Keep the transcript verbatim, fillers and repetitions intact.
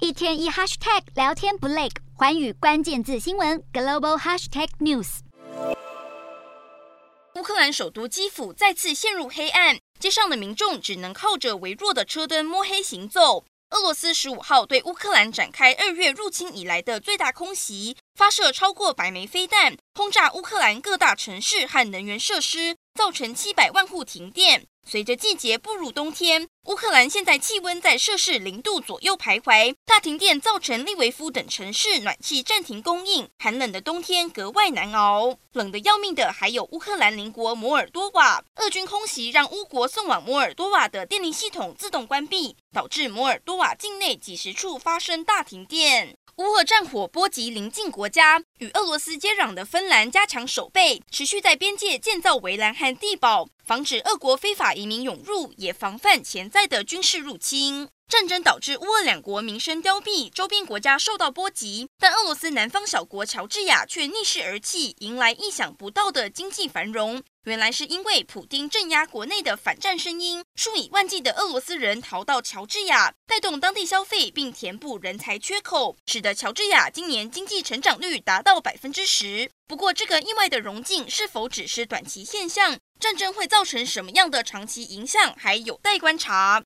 一天一 hashtag 聊天不累，寰宇关键字新闻 global hashtag news。 乌克兰首都基辅再次陷入黑暗，街上的民众只能靠着微弱的车灯摸黑行走。俄罗斯十五号对乌克兰展开二月入侵以来的最大空袭，发射超过百枚飞弹，轰炸乌克兰各大城市和能源设施，造成七百万户停电。随着季节步入冬天，乌克兰现在气温在摄氏零度左右徘徊，大停电造成利维夫等城市暖气暂停供应，寒冷的冬天格外难熬。冷得要命的还有乌克兰邻国摩尔多瓦，俄军空袭让乌国送往摩尔多瓦的电力系统自动关闭，导致摩尔多瓦境内几十处发生大停电。乌俄战火波及邻近国家，与俄罗斯接壤的芬兰加强守备，持续在边界建造围栏和地堡，防止俄国非法移民涌入，也防范潜在的军事入侵。战争导致乌俄两国民生凋敝，周边国家受到波及，但俄罗斯南方小国乔治亚却逆势而起，迎来意想不到的经济繁荣。原来是因为普丁镇压国内的反战声音，数以万计的俄罗斯人逃到乔治亚，带动当地消费并填补人才缺口，使得乔治亚今年经济成长率达到百分之十。不过，这个意外的荣景是否只是短期现象？战争会造成什么样的长期影响，还有待观察。